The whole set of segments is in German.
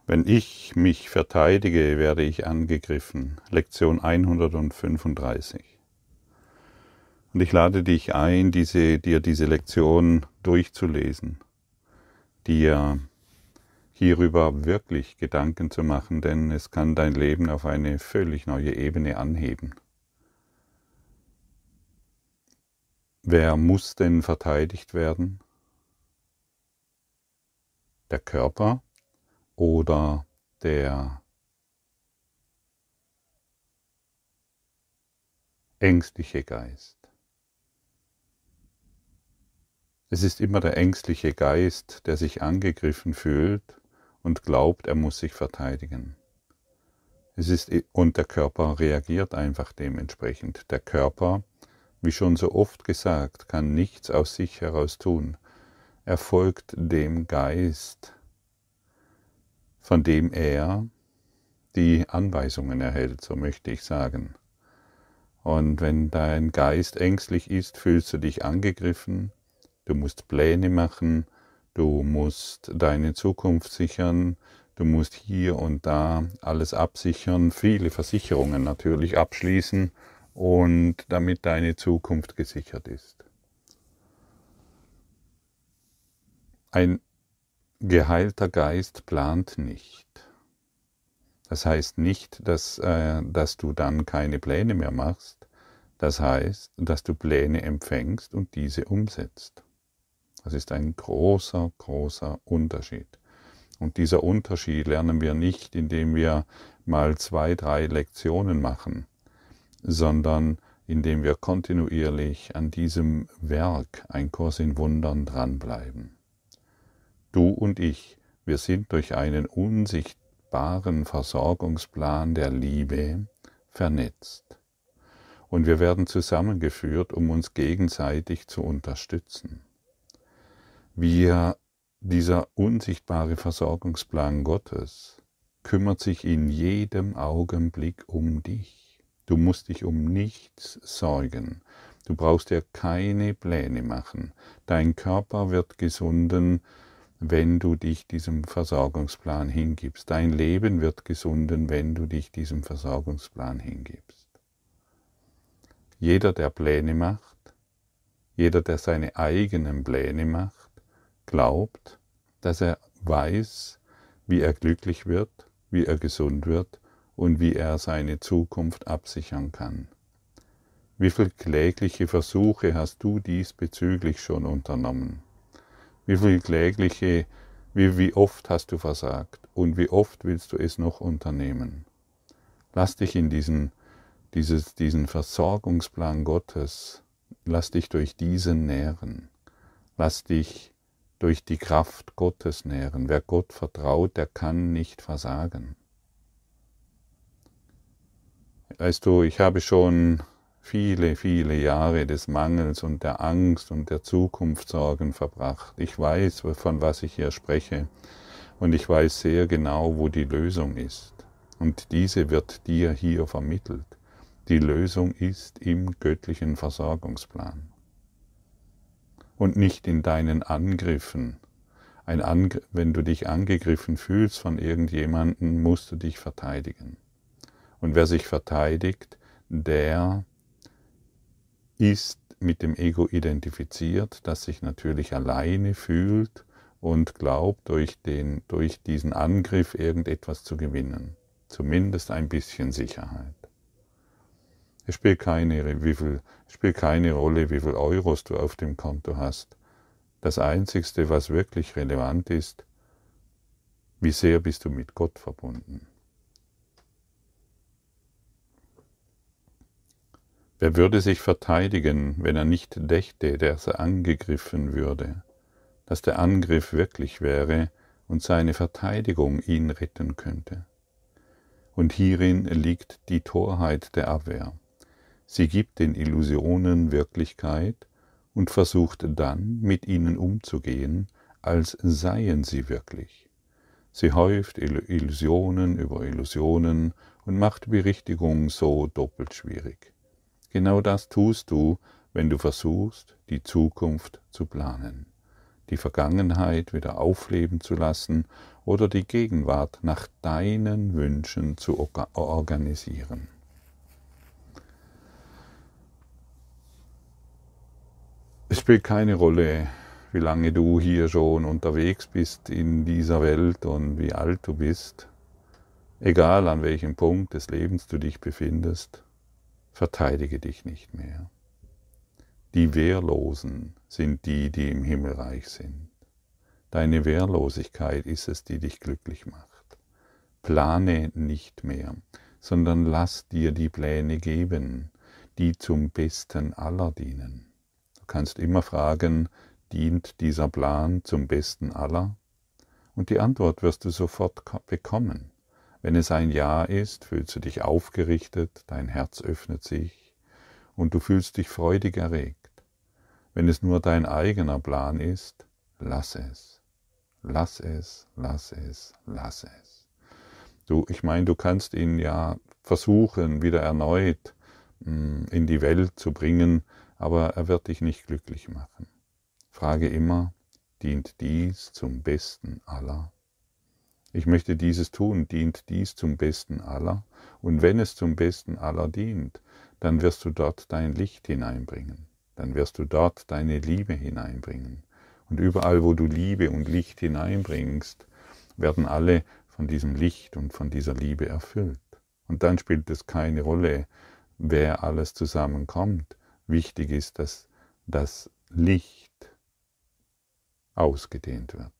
Wenn ich mich verteidige, werde ich angegriffen. Lektion 135. Und ich lade dich ein, dir diese Lektion durchzulesen, dir hierüber wirklich Gedanken zu machen, denn es kann dein Leben auf eine völlig neue Ebene anheben. Wer muss denn verteidigt werden? Der Körper oder der ängstliche Geist? Es ist immer der ängstliche Geist, der sich angegriffen fühlt und glaubt, er muss sich verteidigen. Und der Körper reagiert einfach dementsprechend. Der Körper, wie schon so oft gesagt, kann nichts aus sich heraus tun. Er folgt dem Geist, von dem er die Anweisungen erhält, so möchte ich sagen. Und wenn dein Geist ängstlich ist, fühlst du dich angegriffen, du musst Pläne machen, du musst deine Zukunft sichern, du musst hier und da alles absichern, viele Versicherungen natürlich abschließen, und damit deine Zukunft gesichert ist. Ein geheilter Geist plant nicht. Das heißt nicht, dass du dann keine Pläne mehr machst. Das heißt, dass du Pläne empfängst und diese umsetzt. Das ist ein großer, großer Unterschied. Und dieser Unterschied lernen wir nicht, indem wir mal 2, 3 Lektionen machen, sondern indem wir kontinuierlich an diesem Werk, ein Kurs in Wundern, dranbleiben. Du und ich, wir sind durch einen unsichtbaren Versorgungsplan der Liebe vernetzt. Und wir werden zusammengeführt, um uns gegenseitig zu unterstützen. Dieser unsichtbare Versorgungsplan Gottes kümmert sich in jedem Augenblick um dich. Du musst dich um nichts sorgen. Du brauchst dir keine Pläne machen. Dein Körper wird gesunden, wenn du dich diesem Versorgungsplan hingibst. Dein Leben wird gesunden, wenn du dich diesem Versorgungsplan hingibst. Jeder, der Pläne macht, jeder, der seine eigenen Pläne macht, glaubt, dass er weiß, wie er glücklich wird, wie er gesund wird und wie er seine Zukunft absichern kann. Wie viele klägliche Versuche hast du diesbezüglich schon unternommen? Wie oft hast du versagt und wie oft willst du es noch unternehmen? Lass dich in diesen Versorgungsplan Gottes, lass dich durch diesen nähren. Lass dich durch die Kraft Gottes nähren. Wer Gott vertraut, der kann nicht versagen. Weißt du, ich habe schon viele, viele Jahre des Mangels und der Angst und der Zukunftssorgen verbracht. Ich weiß, von was ich hier spreche, und ich weiß sehr genau, wo die Lösung ist. Und diese wird dir hier vermittelt. Die Lösung ist im göttlichen Versorgungsplan. Und nicht in deinen Angriffen. Wenn du dich angegriffen fühlst von irgendjemandem, musst du dich verteidigen. Und wer sich verteidigt, der ist mit dem Ego identifiziert, das sich natürlich alleine fühlt und glaubt, durch diesen Angriff irgendetwas zu gewinnen. Zumindest ein bisschen Sicherheit. Es spielt keine Rolle, wie viel Euros du auf dem Konto hast. Das Einzigste, was wirklich relevant ist, wie sehr bist du mit Gott verbunden. Wer würde sich verteidigen, wenn er nicht dächte, dass er angegriffen würde, dass der Angriff wirklich wäre und seine Verteidigung ihn retten könnte? Und hierin liegt die Torheit der Abwehr. Sie gibt den Illusionen Wirklichkeit und versucht dann, mit ihnen umzugehen, als seien sie wirklich. Sie häuft Illusionen über Illusionen und macht Berichtigung so doppelt schwierig. Genau das tust du, wenn du versuchst, die Zukunft zu planen, die Vergangenheit wieder aufleben zu lassen oder die Gegenwart nach deinen Wünschen zu organisieren. Es spielt keine Rolle, wie lange du hier schon unterwegs bist in dieser Welt und wie alt du bist. Egal an welchem Punkt des Lebens du dich befindest, verteidige dich nicht mehr. Die Wehrlosen sind die, die im Himmelreich sind. Deine Wehrlosigkeit ist es, die dich glücklich macht. Plane nicht mehr, sondern lass dir die Pläne geben, die zum Besten aller dienen. Du kannst immer fragen, dient dieser Plan zum Besten aller? Und die Antwort wirst du sofort bekommen. Wenn es ein Ja ist, fühlst du dich aufgerichtet, dein Herz öffnet sich und du fühlst dich freudig erregt. Wenn es nur dein eigener Plan ist, lass es. Lass es, lass es, lass es. Du kannst ihn ja versuchen, wieder erneut in die Welt zu bringen, aber er wird dich nicht glücklich machen. Frage immer, dient dies zum Besten aller? Ich möchte dieses tun, dient dies zum Besten aller? Und wenn es zum Besten aller dient, dann wirst du dort dein Licht hineinbringen. Dann wirst du dort deine Liebe hineinbringen. Und überall, wo du Liebe und Licht hineinbringst, werden alle von diesem Licht und von dieser Liebe erfüllt. Und dann spielt es keine Rolle, wer alles zusammenkommt. Wichtig ist, dass das Licht ausgedehnt wird.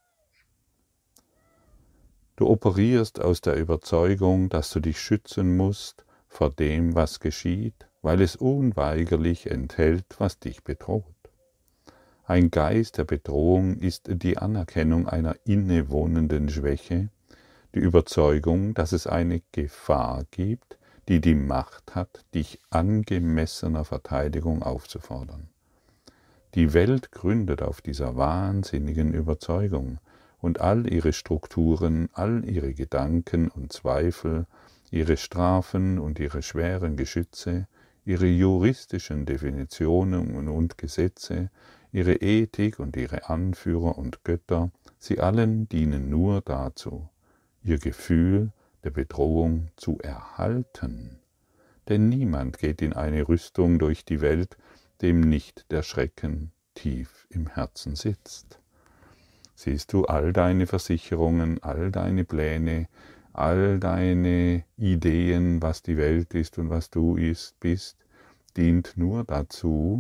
Du operierst aus der Überzeugung, dass du dich schützen musst vor dem, was geschieht, weil es unweigerlich enthält, was dich bedroht. Ein Geist der Bedrohung ist die Anerkennung einer innewohnenden Schwäche, die Überzeugung, dass es eine Gefahr gibt, die die Macht hat, dich angemessener Verteidigung aufzufordern. Die Welt gründet auf dieser wahnsinnigen Überzeugung und all ihre Strukturen, all ihre Gedanken und Zweifel, ihre Strafen und ihre schweren Geschütze, ihre juristischen Definitionen und Gesetze, ihre Ethik und ihre Anführer und Götter, sie allen dienen nur dazu, ihr Gefühl der Bedrohung zu erhalten. Denn niemand geht in eine Rüstung durch die Welt, dem nicht der Schrecken tief im Herzen sitzt. Siehst du, all deine Versicherungen, all deine Pläne, all deine Ideen, was die Welt ist und was du bist, dient nur dazu,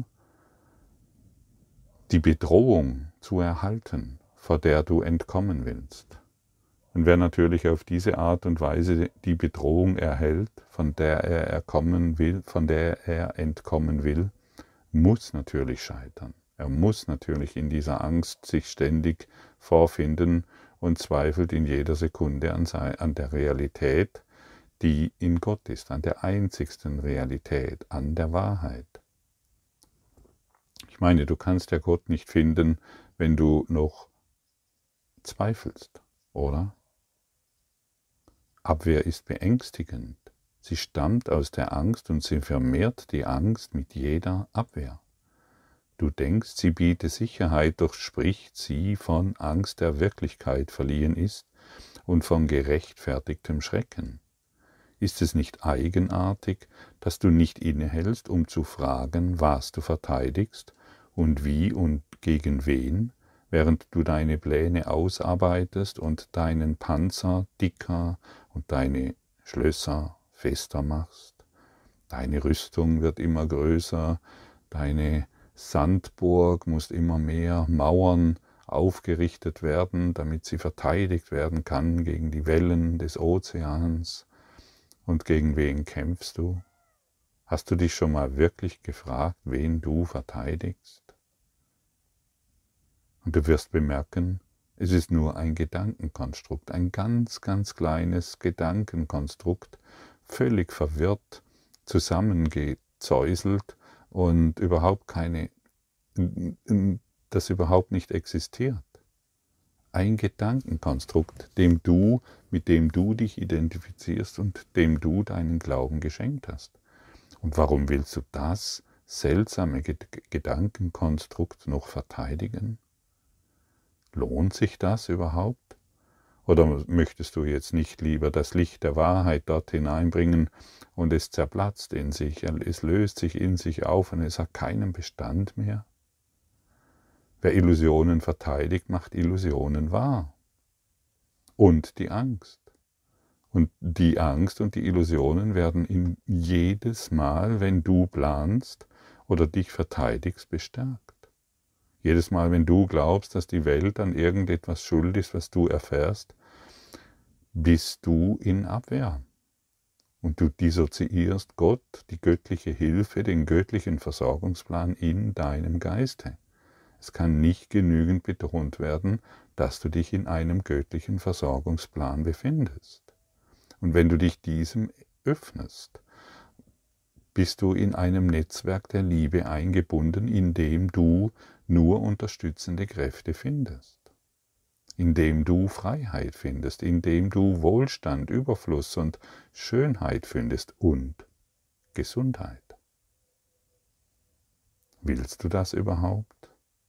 die Bedrohung zu erhalten, vor der du entkommen willst. Und wer natürlich auf diese Art und Weise die Bedrohung erhält, von der er entkommen will, muss natürlich scheitern. Er muss natürlich in dieser Angst sich ständig vorfinden und zweifelt in jeder Sekunde an der Realität, die in Gott ist, an der einzigsten Realität, an der Wahrheit. Ich meine, du kannst ja Gott nicht finden, wenn du noch zweifelst, oder? Abwehr ist beängstigend. Sie stammt aus der Angst und sie vermehrt die Angst mit jeder Abwehr. Du denkst, sie biete Sicherheit, doch spricht sie von Angst, der Wirklichkeit verliehen ist und von gerechtfertigtem Schrecken. Ist es nicht eigenartig, dass du nicht innehältst, um zu fragen, was du verteidigst und wie und gegen wen, während du deine Pläne ausarbeitest und deinen Panzer dicker und deine Schlösser fester machst? Deine Rüstung wird immer größer, deine Sandburg muss immer mehr Mauern aufgerichtet werden, damit sie verteidigt werden kann gegen die Wellen des Ozeans. Und gegen wen kämpfst du? Hast du dich schon mal wirklich gefragt, wen du verteidigst? Und du wirst bemerken, es ist nur ein Gedankenkonstrukt, ein ganz, ganz kleines Gedankenkonstrukt, völlig verwirrt, zusammengezäuselt und das überhaupt nicht existiert. Ein Gedankenkonstrukt, mit dem du dich identifizierst und dem du deinen Glauben geschenkt hast. Und warum willst du das seltsame Gedankenkonstrukt noch verteidigen? Lohnt sich das überhaupt? Oder möchtest du jetzt nicht lieber das Licht der Wahrheit dort hineinbringen und es zerplatzt in sich, es löst sich in sich auf und es hat keinen Bestand mehr? Wer Illusionen verteidigt, macht Illusionen wahr. Und die Angst. Und die Angst und die Illusionen werden jedes Mal, wenn du planst oder dich verteidigst, bestärkt. Jedes Mal, wenn du glaubst, dass die Welt an irgendetwas schuld ist, was du erfährst, bist du in Abwehr. Und du dissoziierst Gott, die göttliche Hilfe, den göttlichen Versorgungsplan in deinem Geiste. Es kann nicht genügend betont werden, dass du dich in einem göttlichen Versorgungsplan befindest. Und wenn du dich diesem öffnest, bist du in einem Netzwerk der Liebe eingebunden, in dem du nur unterstützende Kräfte findest, in dem du Freiheit findest, in dem du Wohlstand, Überfluss und Schönheit findest und Gesundheit. Willst du das überhaupt?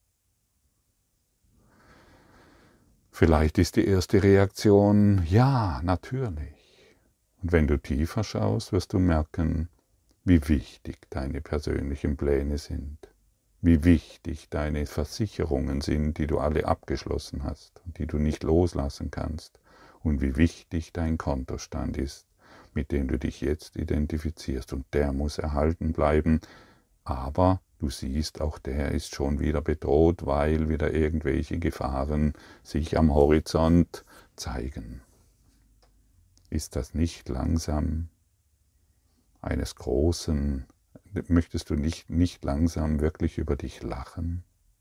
Vielleicht ist die erste Reaktion, ja, natürlich. Und wenn du tiefer schaust, wirst du merken, wie wichtig deine persönlichen Pläne sind, wie wichtig deine Versicherungen sind, die du alle abgeschlossen hast und die du nicht loslassen kannst, und wie wichtig dein Kontostand ist, mit dem du dich jetzt identifizierst, und der muss erhalten bleiben, aber du siehst, auch der ist schon wieder bedroht, weil wieder irgendwelche Gefahren sich am Horizont zeigen. Ist das nicht langsam möchtest du nicht langsam wirklich über dich lachen?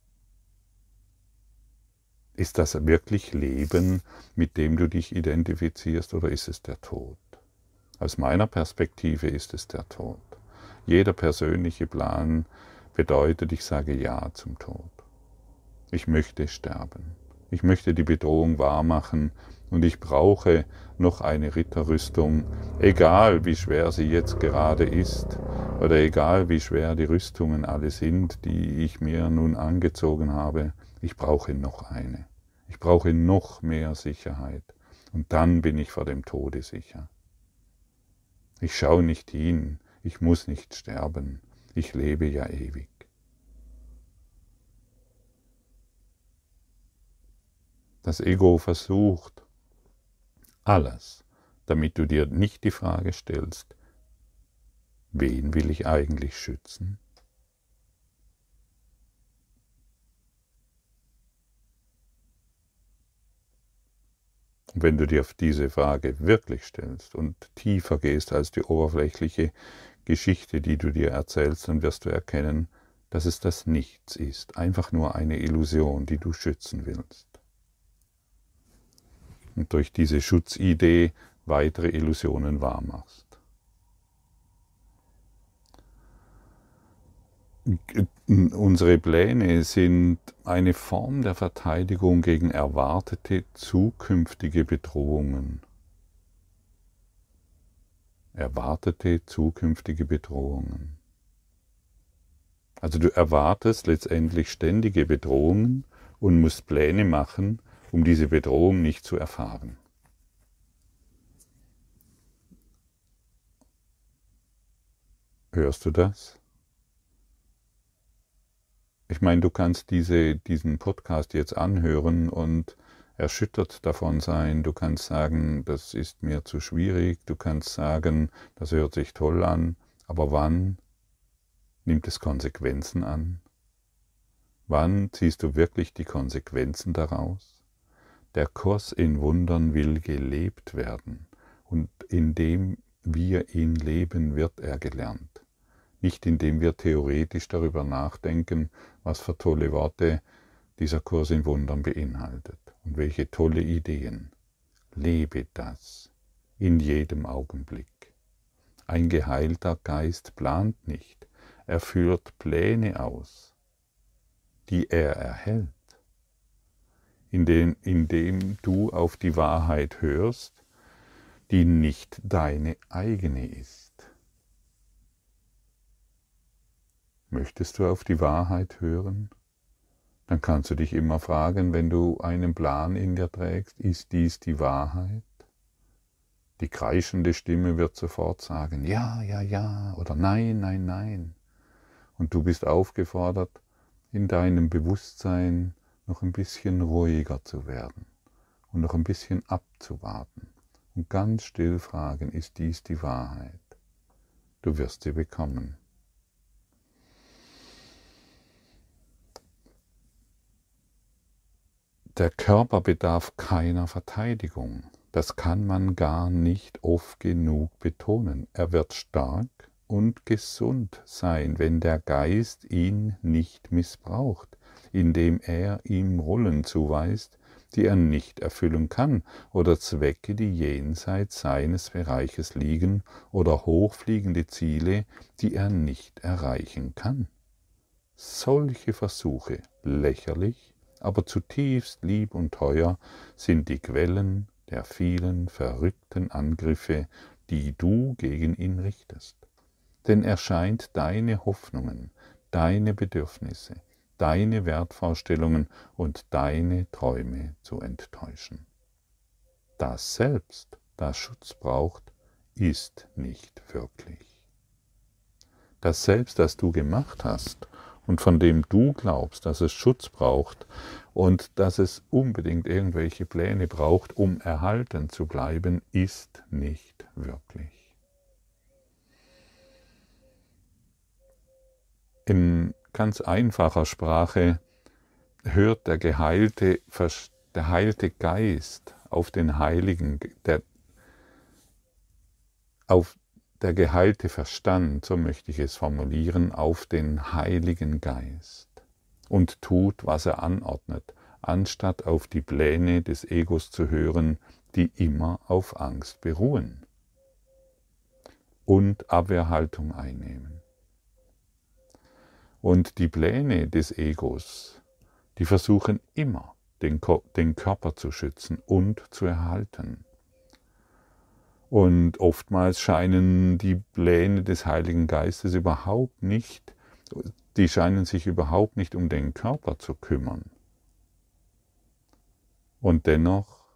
Ist das wirklich Leben, mit dem du dich identifizierst, oder ist es der Tod? Aus meiner Perspektive ist es der Tod. Jeder persönliche Plan bedeutet, ich sage Ja zum Tod. Ich möchte sterben. Ich möchte die Bedrohung wahrmachen und ich brauche noch eine Ritterrüstung, egal wie schwer sie jetzt gerade ist oder egal wie schwer die Rüstungen alle sind, die ich mir nun angezogen habe. Ich brauche noch eine. Ich brauche noch mehr Sicherheit und dann bin ich vor dem Tode sicher. Ich schaue nicht hin, ich muss nicht sterben, ich lebe ja ewig. Das Ego versucht alles, damit du dir nicht die Frage stellst, wen will ich eigentlich schützen? Und wenn du dir diese Frage wirklich stellst und tiefer gehst als die oberflächliche Geschichte, die du dir erzählst, dann wirst du erkennen, dass es das Nichts ist, einfach nur eine Illusion, die du schützen willst. Und durch diese Schutzidee weitere Illusionen wahrmachst. Unsere Pläne sind eine Form der Verteidigung gegen erwartete zukünftige Bedrohungen. Erwartete zukünftige Bedrohungen. Also du erwartest letztendlich ständige Bedrohungen und musst Pläne machen, um diese Bedrohung nicht zu erfahren. Hörst du das? Ich meine, du kannst diesen Podcast jetzt anhören und erschüttert davon sein. Du kannst sagen, das ist mir zu schwierig. Du kannst sagen, das hört sich toll an. Aber wann nimmt es Konsequenzen an? Wann ziehst du wirklich die Konsequenzen daraus? Der Kurs in Wundern will gelebt werden. Und indem wir ihn leben, wird er gelernt. Nicht indem wir theoretisch darüber nachdenken, was für tolle Worte dieser Kurs in Wundern beinhaltet und welche tolle Ideen. Lebe das in jedem Augenblick. Ein geheilter Geist plant nicht, er führt Pläne aus, die er erhält. Indem du auf die Wahrheit hörst, die nicht deine eigene ist. Möchtest du auf die Wahrheit hören? Dann kannst du dich immer fragen, wenn du einen Plan in dir trägst, ist dies die Wahrheit? Die kreischende Stimme wird sofort sagen, ja, ja, ja oder nein, nein, nein. Und du bist aufgefordert, in deinem Bewusstsein noch ein bisschen ruhiger zu werden und noch ein bisschen abzuwarten und ganz still fragen, ist dies die Wahrheit? Du wirst sie bekommen. Der Körper bedarf keiner Verteidigung. Das kann man gar nicht oft genug betonen. Er wird stark und gesund sein, wenn der Geist ihn nicht missbraucht, indem er ihm Rollen zuweist, die er nicht erfüllen kann, oder Zwecke, die jenseits seines Bereiches liegen, oder hochfliegende Ziele, die er nicht erreichen kann. Solche Versuche, lächerlich, aber zutiefst lieb und teuer, sind die Quellen der vielen verrückten Angriffe, die du gegen ihn richtest. Denn er scheint deine Hoffnungen, deine Bedürfnisse, deine Wertvorstellungen und deine Träume zu enttäuschen. Das Selbst, das Schutz braucht, ist nicht wirklich. Das Selbst, das du gemacht hast und von dem du glaubst, dass es Schutz braucht und dass es unbedingt irgendwelche Pläne braucht, um erhalten zu bleiben, ist nicht wirklich. In ganz einfacher Sprache hört der geheilte Geist auf den Heiligen, der geheilte Verstand, so möchte ich es formulieren, auf den Heiligen Geist und tut, was er anordnet, anstatt auf die Pläne des Egos zu hören, die immer auf Angst beruhen und Abwehrhaltung einnehmen. Und die Pläne des Egos, die versuchen immer, den Körper zu schützen und zu erhalten. Und oftmals scheinen die Pläne des Heiligen Geistes die scheinen sich überhaupt nicht um den Körper zu kümmern. Und dennoch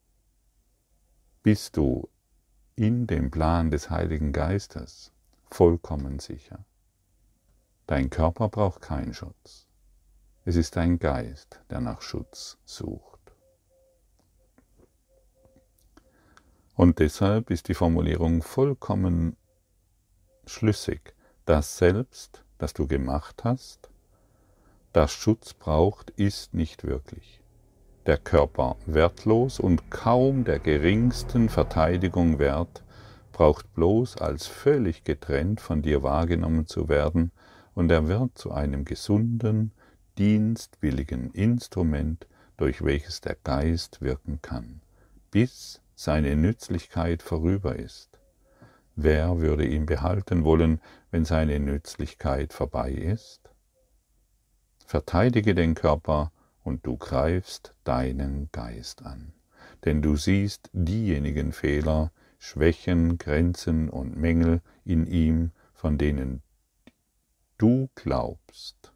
bist du in dem Plan des Heiligen Geistes vollkommen sicher. Dein Körper braucht keinen Schutz. Es ist dein Geist, der nach Schutz sucht. Und deshalb ist die Formulierung vollkommen schlüssig. Das Selbst, das du gemacht hast, das Schutz braucht, ist nicht wirklich. Der Körper wertlos und kaum der geringsten Verteidigung wert, braucht bloß als völlig getrennt von dir wahrgenommen zu werden, und er wird zu einem gesunden, dienstwilligen Instrument, durch welches der Geist wirken kann, bis seine Nützlichkeit vorüber ist. Wer würde ihn behalten wollen, wenn seine Nützlichkeit vorbei ist? Verteidige den Körper und du greifst deinen Geist an, denn du siehst diejenigen Fehler, Schwächen, Grenzen und Mängel in ihm, von denen du glaubst,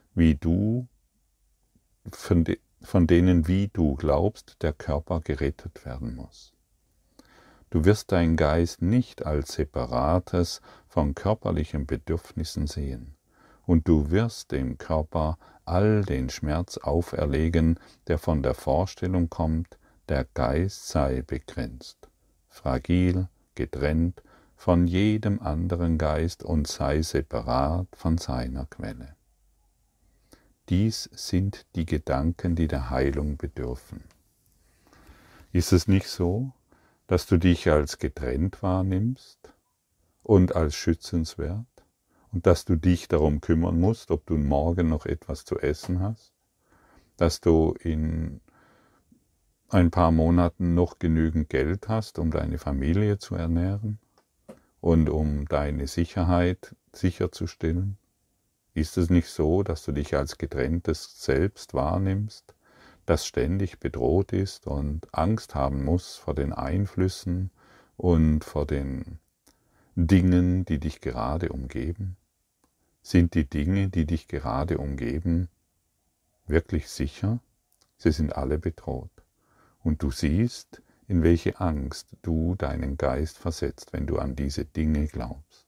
von denen, wie du glaubst, der Körper gerettet werden muss. Du wirst deinen Geist nicht als separates von körperlichen Bedürfnissen sehen, und du wirst dem Körper all den Schmerz auferlegen, der von der Vorstellung kommt, der Geist sei begrenzt, fragil, getrennt von jedem anderen Geist und sei separat von seiner Quelle. Dies sind die Gedanken, die der Heilung bedürfen. Ist es nicht so, dass du dich als getrennt wahrnimmst und als schützenswert und dass du dich darum kümmern musst, ob du morgen noch etwas zu essen hast, dass du in ein paar Monaten noch genügend Geld hast, um deine Familie zu ernähren und um deine Sicherheit sicherzustellen? Ist es nicht so, dass du dich als getrenntes Selbst wahrnimmst, das ständig bedroht ist und Angst haben muss vor den Einflüssen und vor den Dingen, die dich gerade umgeben? Sind die Dinge, die dich gerade umgeben, Wirklich sicher? Sie sind alle bedroht. Und du siehst, in welche Angst du deinen Geist versetzt, wenn du an diese Dinge glaubst.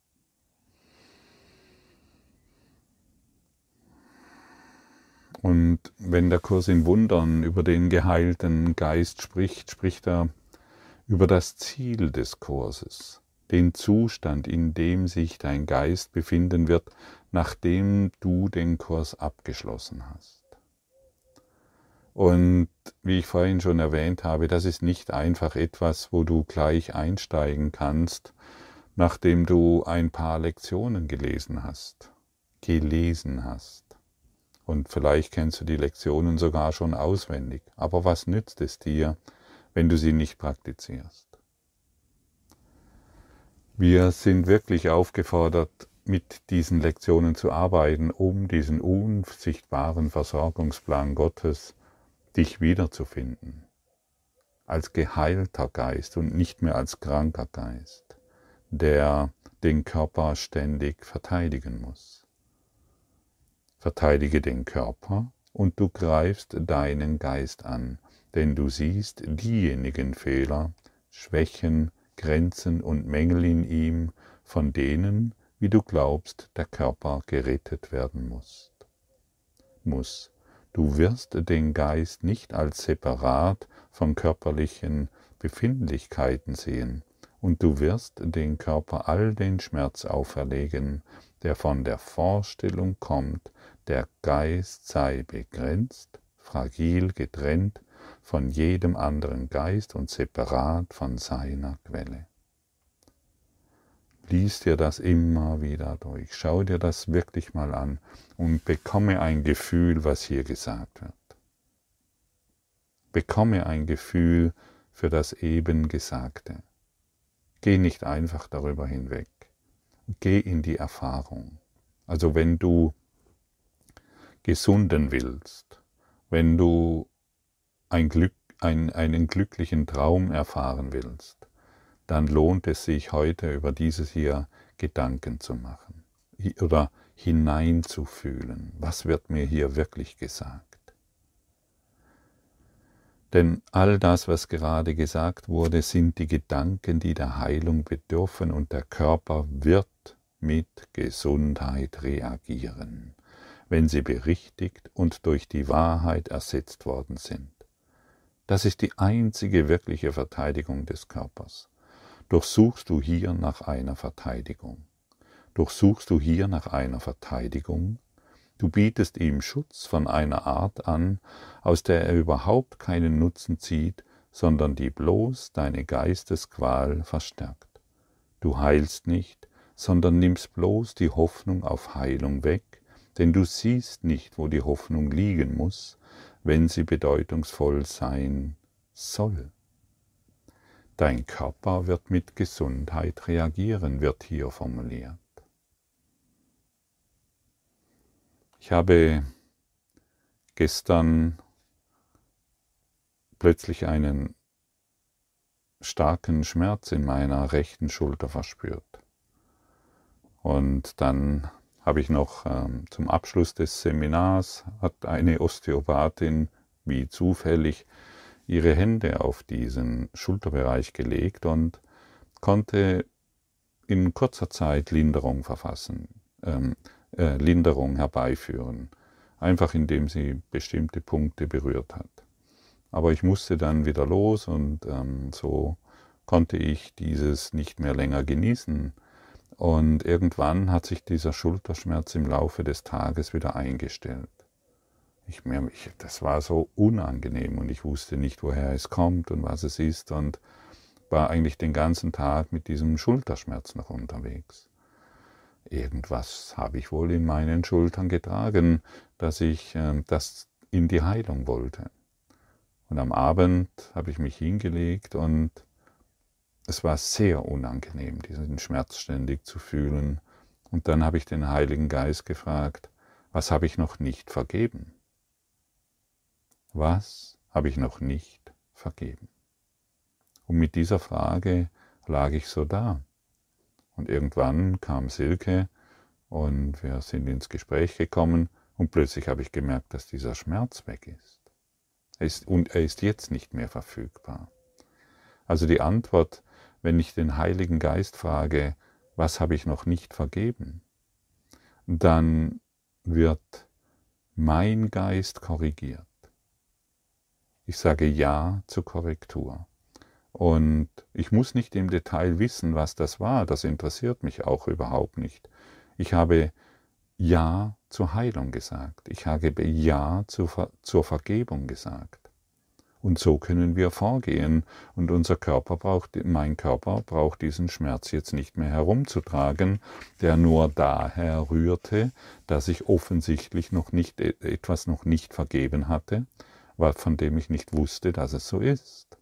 Und wenn der Kurs in Wundern über den geheilten Geist spricht, spricht er über das Ziel des Kurses, den Zustand, in dem sich dein Geist befinden wird, nachdem du den Kurs abgeschlossen hast. Und wie ich vorhin schon erwähnt habe, das ist nicht einfach etwas, wo du gleich einsteigen kannst, nachdem du ein paar Lektionen gelesen hast. Und vielleicht kennst du die Lektionen sogar schon auswendig. Aber was nützt es dir, wenn du sie nicht praktizierst? Wir sind wirklich aufgefordert, mit diesen Lektionen zu arbeiten, um diesen unsichtbaren Versorgungsplan Gottes, dich wiederzufinden. Als geheilter Geist und nicht mehr als kranker Geist, der den Körper ständig verteidigen muss. Verteidige den Körper und du greifst deinen Geist an, denn du siehst diejenigen Fehler, Schwächen, Grenzen und Mängel in ihm, von denen, wie du glaubst, der Körper gerettet werden muss. Du wirst den Geist nicht als separat von körperlichen Befindlichkeiten sehen, und du wirst den Körper all den Schmerz auferlegen, der von der Vorstellung kommt, der Geist sei begrenzt, fragil, getrennt von jedem anderen Geist und separat von seiner Quelle. Lies dir das immer wieder durch, schau dir das wirklich mal an und bekomme ein Gefühl, was hier gesagt wird. Bekomme ein Gefühl für das eben Gesagte. Geh nicht einfach darüber hinweg. Geh in die Erfahrung. Also wenn du gesunden willst, wenn du einen glücklichen Traum erfahren willst, dann lohnt es sich heute über dieses hier Gedanken zu machen oder hineinzufühlen. Was wird mir hier wirklich gesagt? Denn all das, was gerade gesagt wurde, sind die Gedanken, die der Heilung bedürfen, und der Körper wird mit Gesundheit reagieren, wenn sie berichtigt und durch die Wahrheit ersetzt worden sind. Das ist die einzige wirkliche Verteidigung des Körpers. Durchsuchst du hier nach einer Verteidigung? Durchsuchst du hier nach einer Verteidigung? Du bietest ihm Schutz von einer Art an, aus der er überhaupt keinen Nutzen zieht, sondern die bloß deine Geistesqual verstärkt. Du heilst nicht, sondern nimmst bloß die Hoffnung auf Heilung weg, denn du siehst nicht, wo die Hoffnung liegen muss, wenn sie bedeutungsvoll sein soll. Dein Körper wird mit Gesundheit reagieren, wird hier formuliert. Ich habe gestern plötzlich einen starken Schmerz in meiner rechten Schulter verspürt. Und dann habe ich noch zum Abschluss des Seminars, hat eine Osteopathin, wie zufällig, ihre Hände auf diesen Schulterbereich gelegt und konnte in kurzer Zeit Linderung Linderung herbeiführen, einfach indem sie bestimmte Punkte berührt hat. Aber ich musste dann wieder los und so konnte ich dieses nicht mehr länger genießen. Und irgendwann hat sich dieser Schulterschmerz im Laufe des Tages wieder eingestellt. Das war so unangenehm und ich wusste nicht, woher es kommt und was es ist, und war eigentlich den ganzen Tag mit diesem Schulterschmerz noch unterwegs. Irgendwas habe ich wohl in meinen Schultern getragen, dass ich das in die Heilung wollte. Und am Abend habe ich mich hingelegt und es war sehr unangenehm, diesen Schmerz ständig zu fühlen. Und dann habe ich den Heiligen Geist gefragt, was habe ich noch nicht vergeben? Was habe ich noch nicht vergeben? Und mit dieser Frage lag ich so da. Und irgendwann kam Silke und wir sind ins Gespräch gekommen Und plötzlich habe ich gemerkt, dass dieser Schmerz weg ist. Und er ist jetzt nicht mehr verfügbar. Also die Antwort, wenn ich den Heiligen Geist frage, was habe ich noch nicht vergeben, dann wird mein Geist korrigiert. Ich sage Ja zur Korrektur. Und ich muss nicht im Detail wissen, was das war, das interessiert mich auch überhaupt nicht. Ich habe Ja zur Heilung gesagt. Ich habe Ja zur Vergebung gesagt. Und so können wir vorgehen. Und mein Körper braucht diesen Schmerz jetzt nicht mehr herumzutragen, der nur daher rührte, dass ich offensichtlich etwas noch nicht vergeben hatte, von dem ich nicht wusste, dass es so ist.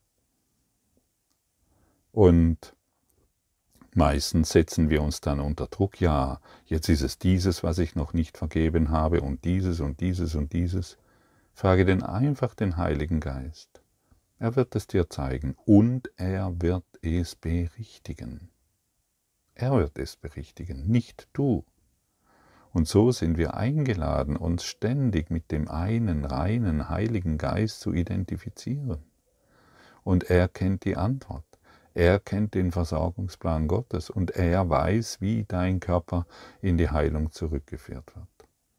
Und meistens setzen wir uns dann unter Druck, ja, jetzt ist es dieses, was ich noch nicht vergeben habe und dieses und dieses und dieses. Frage einfach den Heiligen Geist. Er wird es dir zeigen und er wird es berichtigen. Er wird es berichtigen, nicht du. Und so sind wir eingeladen, uns ständig mit dem einen reinen Heiligen Geist zu identifizieren. Und er kennt die Antwort. Er kennt den Versorgungsplan Gottes und er weiß, wie dein Körper in die Heilung zurückgeführt wird.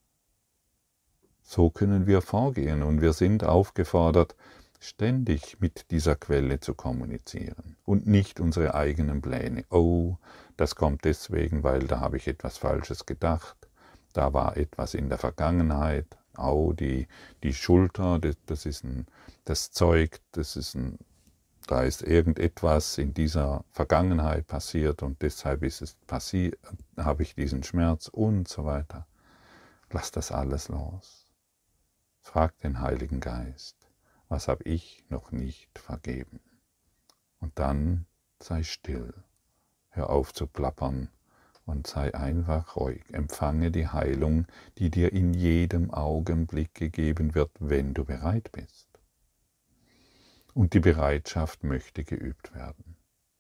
So können wir vorgehen und wir sind aufgefordert, ständig mit dieser Quelle zu kommunizieren und nicht unsere eigenen Pläne. Oh, das kommt deswegen, weil da habe ich etwas Falsches gedacht, da war etwas in der Vergangenheit, oh, die Schulter, da ist irgendetwas in dieser Vergangenheit passiert und deshalb habe ich diesen Schmerz und so weiter. Lass das alles los. Frag den Heiligen Geist, was habe ich noch nicht vergeben? Und dann sei still, hör auf zu plappern und sei einfach ruhig. Empfange die Heilung, die dir in jedem Augenblick gegeben wird, wenn du bereit bist. Und die Bereitschaft möchte geübt werden.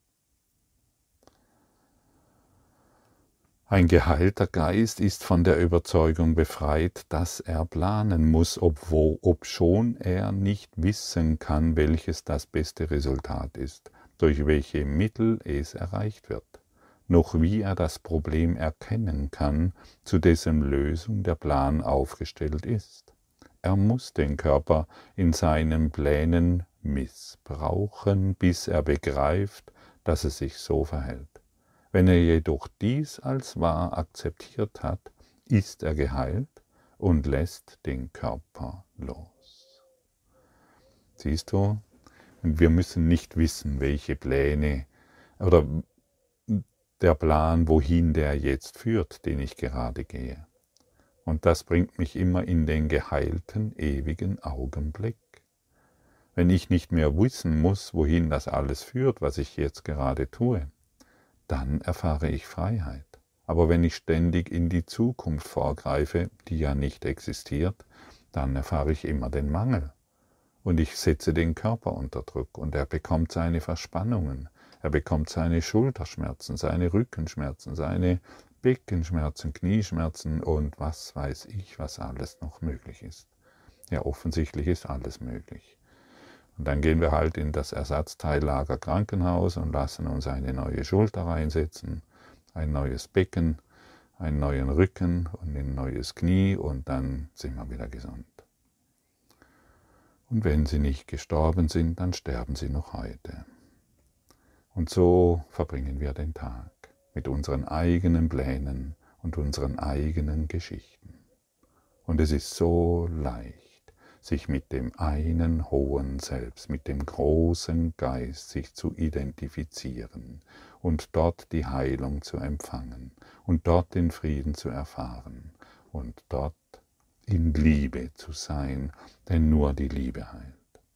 Ein geheilter Geist ist von der Überzeugung befreit, dass er planen muss, obschon er nicht wissen kann, welches das beste Resultat ist, durch welche Mittel es erreicht wird, noch wie er das Problem erkennen kann, zu dessen Lösung der Plan aufgestellt ist. Er muss den Körper in seinen Plänen missbrauchen, bis er begreift, dass es sich so verhält. Wenn er jedoch dies als wahr akzeptiert hat, ist er geheilt und lässt den Körper los. Siehst du? Und wir müssen nicht wissen, welche Pläne oder der Plan, wohin der jetzt führt, den ich gerade gehe. Und das bringt mich immer in den geheilten, ewigen Augenblick. Wenn ich nicht mehr wissen muss, wohin das alles führt, was ich jetzt gerade tue, dann erfahre ich Freiheit. Aber wenn ich ständig in die Zukunft vorgreife, die ja nicht existiert, dann erfahre ich immer den Mangel. Und ich setze den Körper unter Druck und er bekommt seine Verspannungen, er bekommt seine Schulterschmerzen, seine Rückenschmerzen, seine Beckenschmerzen, Knieschmerzen und was weiß ich, was alles noch möglich ist. Ja, offensichtlich ist alles möglich. Und dann gehen wir halt in das Ersatzteillager Krankenhaus und lassen uns eine neue Schulter reinsetzen, ein neues Becken, einen neuen Rücken und ein neues Knie und dann sind wir wieder gesund. Und wenn sie nicht gestorben sind, dann sterben sie noch heute. Und so verbringen wir den Tag mit unseren eigenen Plänen und unseren eigenen Geschichten. Und es ist so leicht, sich mit dem einen hohen Selbst, mit dem großen Geist sich zu identifizieren und dort die Heilung zu empfangen und dort den Frieden zu erfahren und dort in Liebe zu sein, denn nur die Liebe heilt.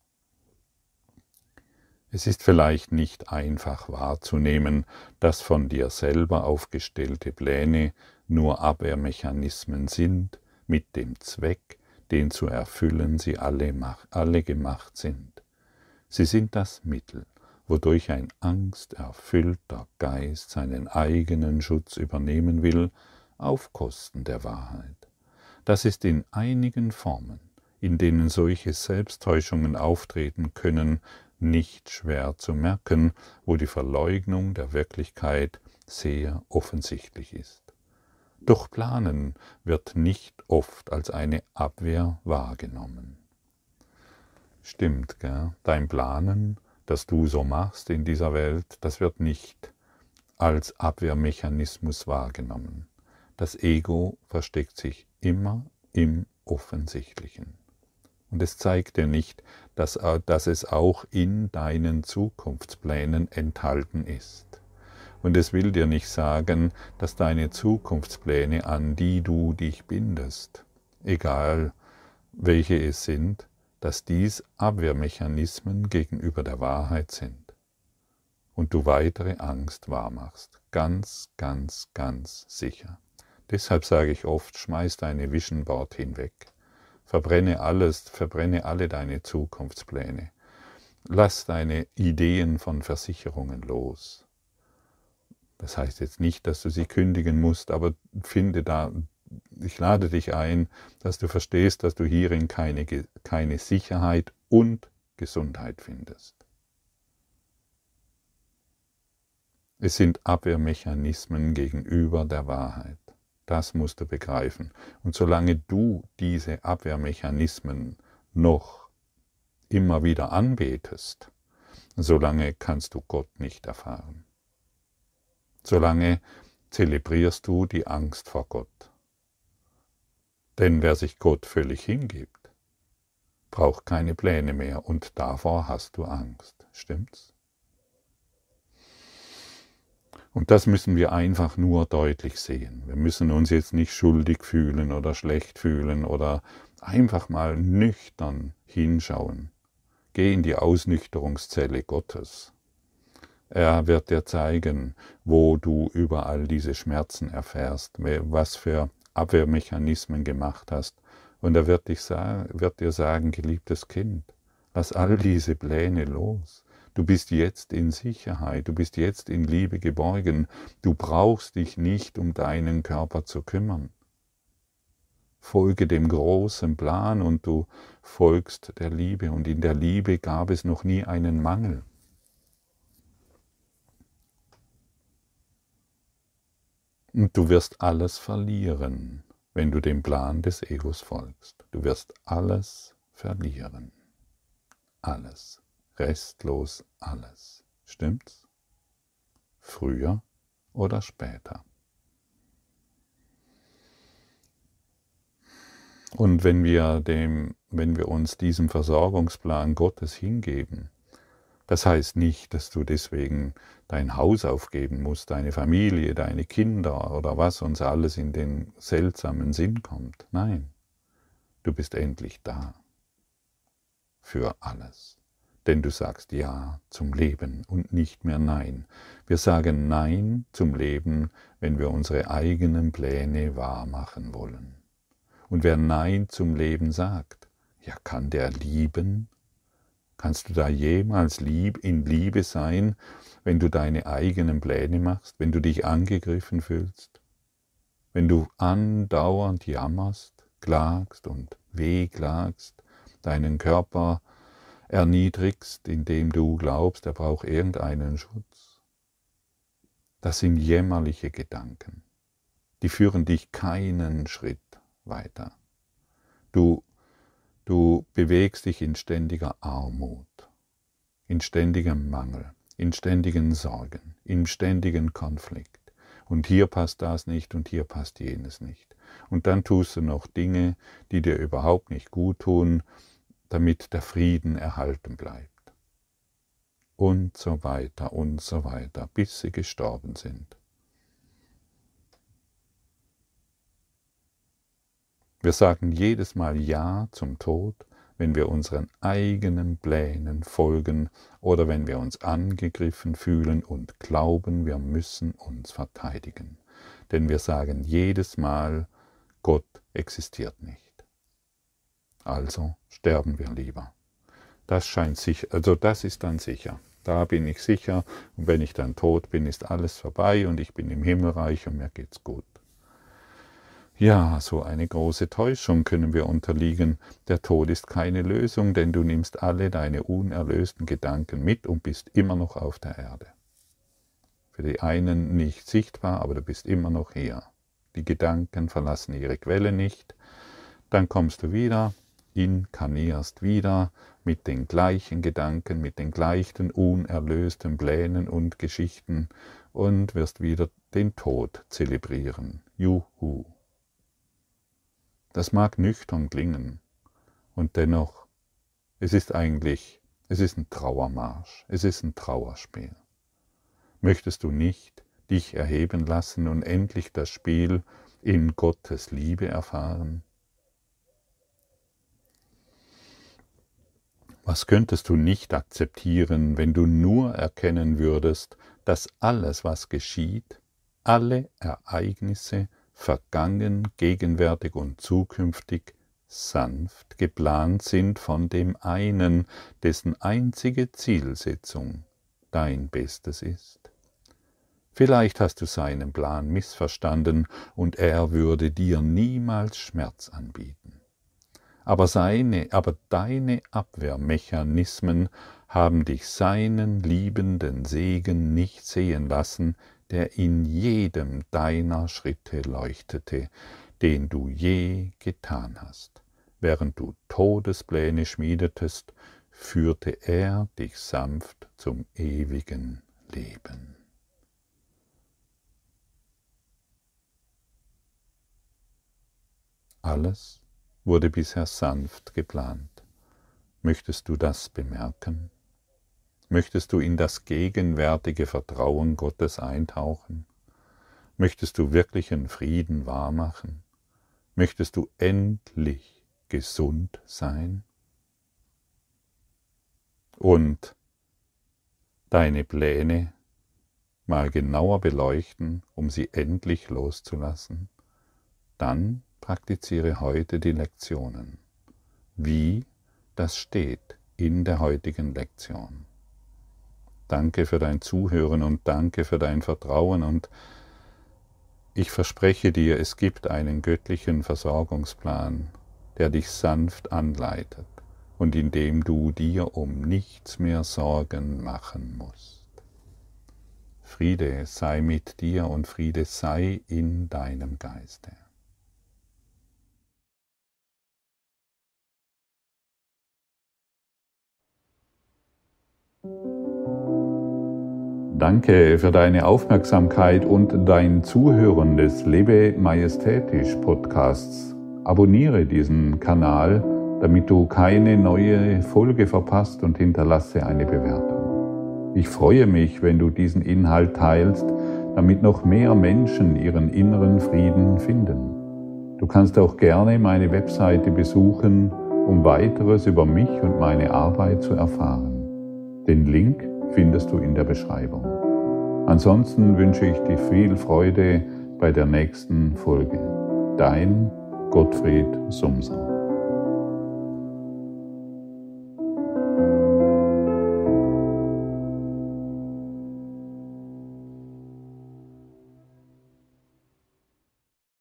Es ist vielleicht nicht einfach wahrzunehmen, dass von dir selber aufgestellte Pläne nur Abwehrmechanismen sind, mit dem Zweck, den zu erfüllen sie alle gemacht sind. Sie sind das Mittel, wodurch ein angsterfüllter Geist seinen eigenen Schutz übernehmen will, auf Kosten der Wahrheit. Das ist in einigen Formen, in denen solche Selbsttäuschungen auftreten können, nicht schwer zu merken, wo die Verleugnung der Wirklichkeit sehr offensichtlich ist. Doch Planen wird nicht oft als eine Abwehr wahrgenommen. Stimmt, gell? Dein Planen, das du so machst in dieser Welt, das wird nicht als Abwehrmechanismus wahrgenommen. Das Ego versteckt sich immer im Offensichtlichen. Und es zeigt dir nicht, dass es auch in deinen Zukunftsplänen enthalten ist. Und es will dir nicht sagen, dass deine Zukunftspläne, an die du dich bindest, egal welche es sind, dass dies Abwehrmechanismen gegenüber der Wahrheit sind und du weitere Angst wahrmachst. Ganz, ganz, ganz sicher. Deshalb sage ich oft, schmeiß deine Vision Board hinweg. Verbrenne alles, verbrenne alle deine Zukunftspläne. Lass deine Ideen von Versicherungen los. Das heißt jetzt nicht, dass du sie kündigen musst, aber ich lade dich ein, dass du verstehst, dass du hierin keine Sicherheit und Gesundheit findest. Es sind Abwehrmechanismen gegenüber der Wahrheit. Das musst du begreifen. Und solange du diese Abwehrmechanismen noch immer wieder anbetest, solange kannst du Gott nicht erfahren. Solange zelebrierst du die Angst vor Gott. Denn wer sich Gott völlig hingibt, braucht keine Pläne mehr und davor hast du Angst. Stimmt's? Und das müssen wir einfach nur deutlich sehen. Wir müssen uns jetzt nicht schuldig fühlen oder schlecht fühlen oder einfach mal nüchtern hinschauen. Geh in die Ausnüchterungszelle Gottes. Er wird dir zeigen, wo du überall diese Schmerzen erfährst, was für Abwehrmechanismen gemacht hast. Und er wird dir sagen, geliebtes Kind, lass all diese Pläne los. Du bist jetzt in Sicherheit, du bist jetzt in Liebe geborgen. Du brauchst dich nicht um deinen Körper zu kümmern. Folge dem großen Plan und du folgst der Liebe. Und in der Liebe gab es noch nie einen Mangel. Und du wirst alles verlieren, wenn du dem Plan des Egos folgst. Du wirst alles verlieren. Alles. Restlos alles. Stimmt's? Früher oder später. Und wenn wir uns diesem Versorgungsplan Gottes hingeben, das heißt nicht, dass du deswegen dein Haus aufgeben musst, deine Familie, deine Kinder oder was uns alles in den seltsamen Sinn kommt. Nein, du bist endlich da für alles. Denn du sagst Ja zum Leben und nicht mehr Nein. Wir sagen Nein zum Leben, wenn wir unsere eigenen Pläne wahrmachen wollen. Und wer Nein zum Leben sagt, ja, kann der lieben? Kannst du da jemals in Liebe sein, wenn du deine eigenen Pläne machst, wenn du dich angegriffen fühlst, wenn du andauernd jammerst, klagst und wehklagst, deinen Körper erniedrigst, indem du glaubst, er braucht irgendeinen Schutz? Das sind jämmerliche Gedanken. Die führen dich keinen Schritt weiter. Du bewegst dich in ständiger Armut, in ständigem Mangel, in ständigen Sorgen, im ständigen Konflikt. Und hier passt das nicht und hier passt jenes nicht. Und dann tust du noch Dinge, die dir überhaupt nicht gut tun, damit der Frieden erhalten bleibt. Und so weiter, bis sie gestorben sind. Wir sagen jedes Mal Ja zum Tod, wenn wir unseren eigenen Plänen folgen oder wenn wir uns angegriffen fühlen und glauben, wir müssen uns verteidigen. Denn wir sagen jedes Mal, Gott existiert nicht. Also sterben wir lieber. Das scheint sicher, also das ist dann sicher. Da bin ich sicher und wenn ich dann tot bin, ist alles vorbei und ich bin im Himmelreich und mir geht's gut. Ja, so eine große Täuschung können wir unterliegen. Der Tod ist keine Lösung, denn du nimmst alle deine unerlösten Gedanken mit und bist immer noch auf der Erde. Für die einen nicht sichtbar, aber du bist immer noch hier. Die Gedanken verlassen ihre Quelle nicht. Dann kommst du wieder, inkarnierst wieder mit den gleichen Gedanken, mit den gleichen unerlösten Plänen und Geschichten und wirst wieder den Tod zelebrieren. Juhu! Das mag nüchtern klingen und dennoch, es ist ein Trauermarsch, es ist ein Trauerspiel. Möchtest du nicht dich erheben lassen und endlich das Spiel in Gottes Liebe erfahren? Was könntest du nicht akzeptieren, wenn du nur erkennen würdest, dass alles, was geschieht, alle Ereignisse, vergangen, gegenwärtig und zukünftig, sanft geplant sind von dem einen, dessen einzige Zielsetzung dein Bestes ist? Vielleicht hast du seinen Plan missverstanden und er würde dir niemals Schmerz anbieten. Aber deine Abwehrmechanismen haben dich seinen liebenden Segen nicht sehen lassen, der in jedem deiner Schritte leuchtete, den du je getan hast. Während du Todespläne schmiedetest, führte er dich sanft zum ewigen Leben. Alles wurde bisher sanft geplant. Möchtest du das bemerken? Möchtest du in das gegenwärtige Vertrauen Gottes eintauchen? Möchtest du wirklichen Frieden wahrmachen? Möchtest du endlich gesund sein? Und deine Pläne mal genauer beleuchten, um sie endlich loszulassen? Dann praktiziere heute die Lektionen. Wie? Das steht in der heutigen Lektion. Danke für dein Zuhören und danke für dein Vertrauen und ich verspreche dir, es gibt einen göttlichen Versorgungsplan, der dich sanft anleitet und in dem du dir um nichts mehr Sorgen machen musst. Friede sei mit dir und Friede sei in deinem Geiste. Danke für deine Aufmerksamkeit und dein Zuhören des Lebe Majestätisch Podcasts. Abonniere diesen Kanal, damit du keine neue Folge verpasst und hinterlasse eine Bewertung. Ich freue mich, wenn du diesen Inhalt teilst, damit noch mehr Menschen ihren inneren Frieden finden. Du kannst auch gerne meine Webseite besuchen, um weiteres über mich und meine Arbeit zu erfahren. Den Link findest du in der Beschreibung. Ansonsten wünsche ich dir viel Freude bei der nächsten Folge. Dein Gottfried Sumser.